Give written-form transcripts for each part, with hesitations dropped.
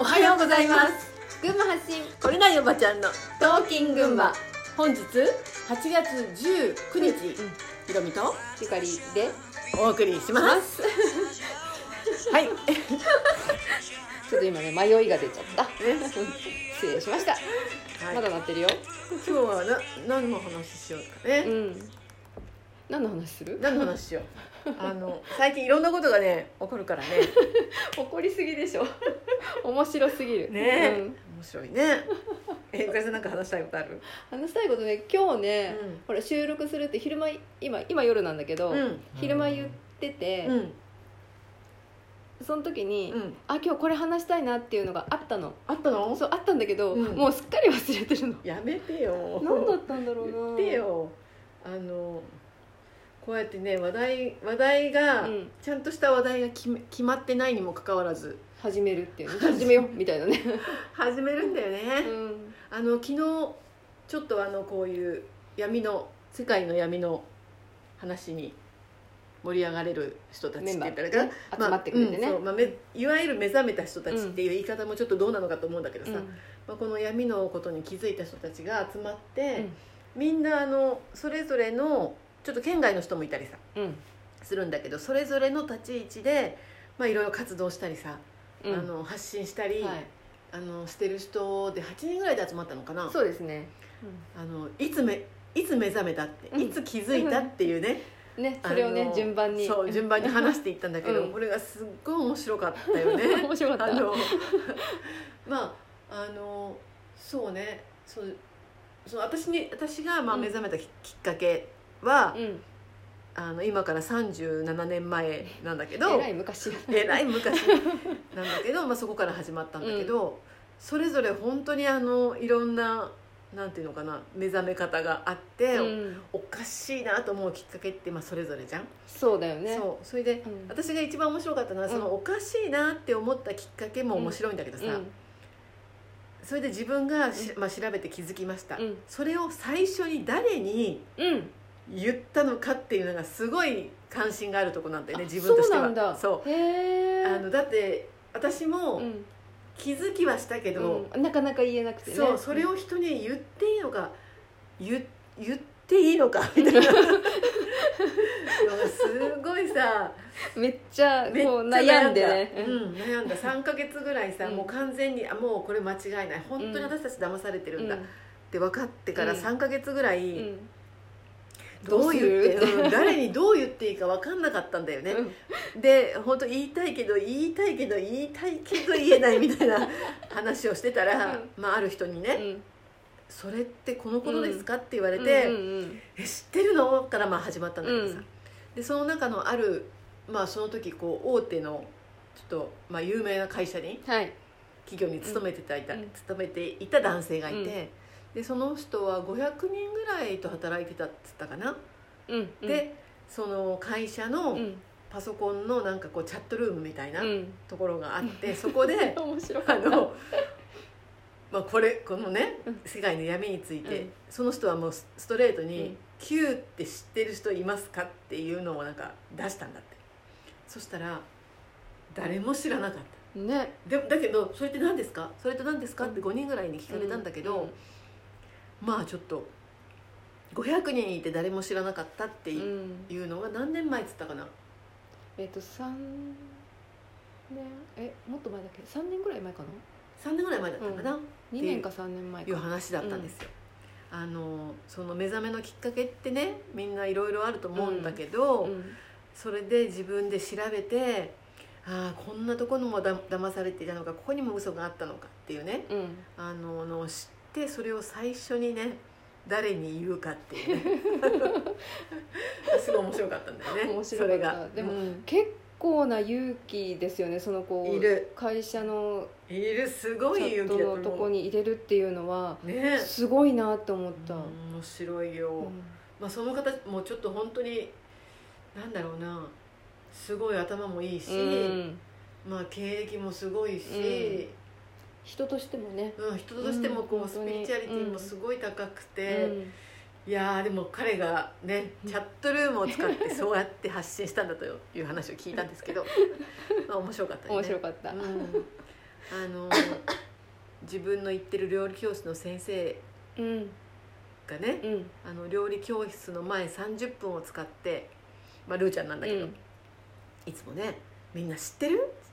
はようございます。 群馬発信これないおばちゃんのトーキン群馬。 本日8月19日、ひろみとゆかりでお送りしますはいちょっと今ね迷いが出ちゃった失礼しました、 はい、 まだ鳴ってるよ。 今日は何の話しようかね、 何の話する？ 何の話しよう最近いろんなことがね起こるからね怒りすぎでしょ面白すぎるね、面白いねゆかりさんなんか話したいことある？ 話したいことね、今日ね、ほら収録するって昼間今夜なんだけど、昼間言ってて、その時に、今日これ話したいなっていうのがあったの。 あったの？ そうあったんだけど、もうすっかり忘れてるの。 やめてよ。 何だったんだろうな。 言ってよ。こうやってね話題が、ちゃんとした話題が決まってないにもかかわらず始めるっていうね、始めようみたいなね始めるんだよね、昨日ちょっとこういう世界の闇の話に盛り上がれる人たちって言ったら集まってくれてね、 いわゆる目覚めた人たちっていう言い方もちょっとどうなのかと思うんだけどさ、この闇のことに気づいた人たちが集まって、みんなそれぞれのちょっと県外の人もいたりさ、するんだけど、それぞれの立ち位置でいろいろ活動したりさ、発信したり、してる人で8人ぐらいで集まったのかな。 そうですね、 いつ目覚めたって、いつ気づいたっていうねそれをね順番に話していったんだけど、これがすっごい面白かったよね面白かったそうね、私が目覚めたきっかけは、今から37年前なんだけど、 えらい昔なんだけど、そこから始まったんだけど、それぞれ本当にいろんななんていうのかな、目覚め方があって、おかしいなと思うきっかけってそれぞれじゃん。 そうだよね。 それで、私が一番面白かったのは、そのおかしいなって思ったきっかけも面白いんだけどさ、それで自分が調べて気づきました、それを最初に誰に言ったのかっていうのがすごい関心があるとこなんだよね、自分としては。 そうなんだ。 そうだって私も気づきはしたけど、 なかなか言えなくてね。 それを人に言っていいのか、言っていいのかみたいなすごいさ、 めっちゃこう悩んでね、 悩んだ3ヶ月ぐらいさ、もう完全にもうこれ間違いない、本当に私たち騙されてるんだって分かってから3ヶ月ぐらい、どう言って誰にどう言っていいか分かんなかったんだよね、で本当言いたいけど言えないみたいな話をしてたら、ある人にね、それってこのことですかって言われて、知ってるのから始まったんだけどさ、でその中のあるその時大手のちょっと有名な会社に、企業に勤めていた男性がいて、でその人は500人ぐらいと働いてたって言ったかな、でその会社のパソコンのチャットルームみたいなところがあって、そこで面白かったこのね世界の闇について、その人はもうストレートに「Q って知ってる人いますか?」っていうのを出したんだって。そしたら誰も知らなかったね。だけどそれって何ですかって5人ぐらいに聞かれたんだけど、ちょっと500人いて誰も知らなかったっていうのが何年前っつったかな。 3年もっと前だっけ、3年ぐらい前かな。 3年ぐらい前だったかな、 2年か3年前かいう話だったんですよ。その目覚めのきっかけってね、みんないろいろあると思うんだけど、それで自分で調べて、こんなところも騙されていたのか、ここにも嘘があったのかっていうね、のを知って、それを最初にね誰に言うかっていうねすごい面白かったんだよね。 面白かった。それがでも、結構な勇気ですよね。その会社のすごい勇気だと思う。 チャットのとこに入れるっていうのは、すごいなって思った。 面白いよ、その方もちょっと本当になんだろうな、すごい頭もいいし、経歴もすごいし、 人としてもね、 人としてもスピリチュアリティもすごい高くて、いやでも彼がねチャットルームを使ってそうやって発信したんだという話を聞いたんですけど面白かったね。 面白かった、 自分の行ってる料理教室の先生がね、料理教室の前30分を使って、ルーちゃんなんだけど、いつもね「みんな知ってる?」っつって、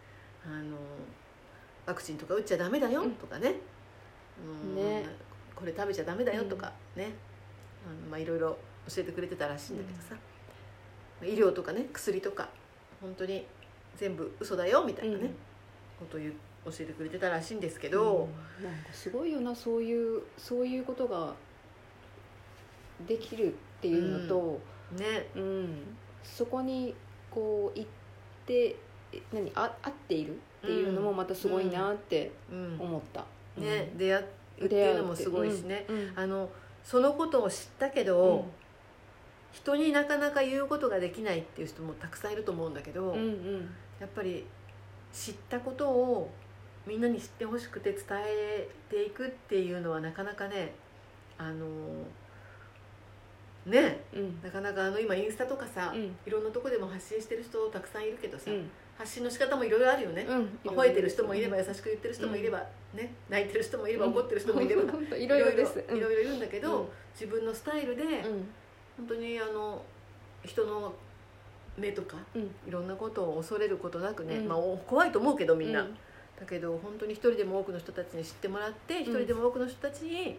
ワクチンとか打っちゃダメだよとかね、これ食べちゃダメだよとかね、いろいろ教えてくれてたらしいんだけどさ、医療とかね薬とか本当に全部嘘だよみたいなね、ことを教えてくれてたらしいんですけど、 なんかすごいよな、そういうことができるっていうのと、そこにこう行って合っているっていうのもまたすごいなって思った、 出会うっていうのもすごいしね、そのことを知ったけど、人になかなか言うことができないっていう人もたくさんいると思うんだけど、やっぱり知ったことをみんなに知ってほしくて伝えていくっていうのはなかなかね、なかなか今インスタとかさ、いろんなとこでも発信してる人たくさんいるけどさ、発信の仕方もいろいろあるよね、吠えてる人もいれば優しく言ってる人もいれば、泣いてる人もいれば怒ってる人もいれば、 いろいろです、 いろいろいるんだけど、自分のスタイルで本当に人の目とか、いろんなことを恐れることなくね、怖いと思うけどみんな、だけど本当に一人でも多くの人たちに知ってもらって、一人でも多くの人たちに、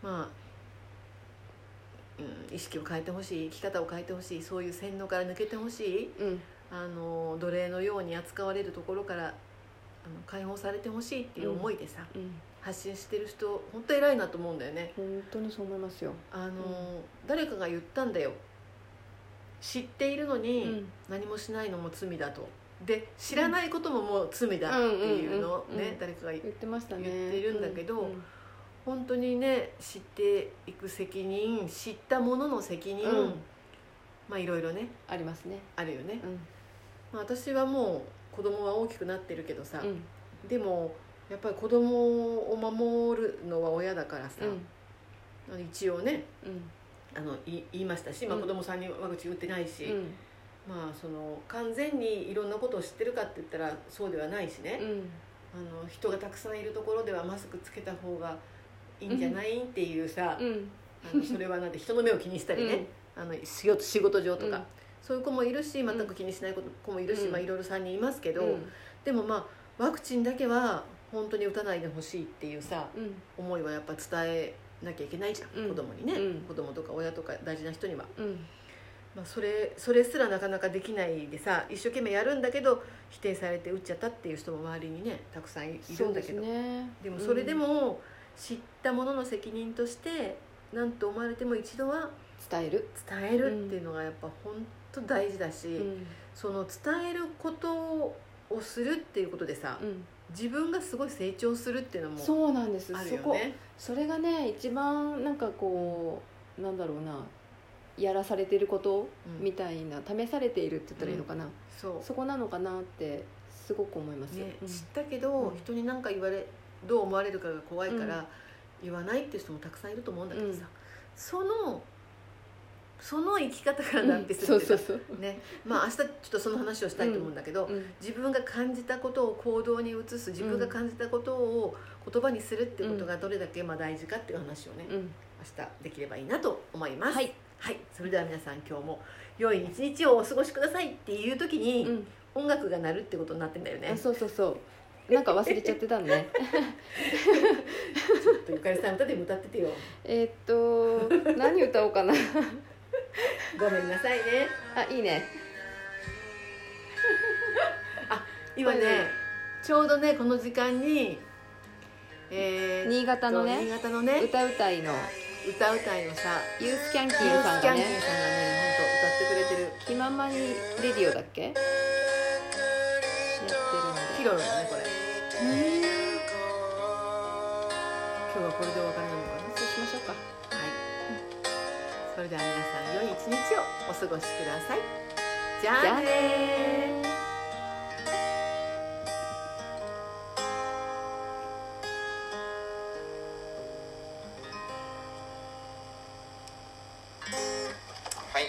意識を変えてほしい、生き方を変えてほしい、そういう洗脳から抜けてほしい、奴隷のように扱われるところから解放されてほしいっていう思いでさ、発信してる人本当偉いなと思うんだよね。 本当にそう思いますよ。 誰かが言ったんだよ、知っているのに何もしないのも罪だと、で知らないことももう罪だっていうのをね、誰かが言ってましたね、言っているんだけど、本当にね、知っていく責任、知ったものの責任、いろいろねありますね、 あるよね。私はもう子供は大きくなってるけどさ、でもやっぱり子供を守るのは親だからさ、一応ね、言いましたし、子供さんにワクチン打ってないし、その完全にいろんなことを知ってるかって言ったらそうではないしね、人がたくさんいるところではマスクつけた方がいいんじゃないっていうさ、それはなんて人の目を気にしたりね、仕事上とか、そういう子もいるし、全く気にしない子もいるし、いろいろ3人いますけど、でもワクチンだけは本当に打たないでほしいっていうさ、思いはやっぱ伝えなきゃいけないじゃん、子供にね、子供とか親とか大事な人には、それすらなかなかできないでさ、一生懸命やるんだけど否定されて打っちゃったっていう人も周りにねたくさんいるんだけど、でもそれでも知ったものの責任として何と思われても一度は伝えるっていうのがやっぱ本当大事だし、その伝えることをするっていうことでさ、自分がすごい成長するっていうのもあるよね。 そうなんです、それがね一番なんかこう、なんだろうな、やらされてることみたいな、試されているって言ったらいいのかな、そこなのかなってすごく思います、 知ったけど、人に何かどう思われるかが怖いから言わないっていう人もたくさんいると思うんだけどさ、その生き方から脱皮するっていうかね、明日ちょっとその話をしたいと思うんだけど、自分が感じたことを行動に移す、自分が感じたことを言葉にするっていうことがどれだけ大事かっていう話をね、明日できればいいなと思います。はい、それでは皆さん今日も良い一日をお過ごしくださいっていう時に、音楽が鳴るってことになってんだよね。 そうなんか忘れちゃってたねちょっとゆかりさん歌でも歌っててよ。 何歌おうかなごめんなさいね。 いいね今ね、ちょうどねこの時間に、 新潟のね歌うたいのさ、 ユースキャンキーさんがね、 本当歌ってくれてる気ままにレディオだっけやってるので、ヒロロだねこれ。今日はこれでお別れなのかな。 そうしましょうか。 それでは皆さん良い一日をお過ごしください。じゃあね。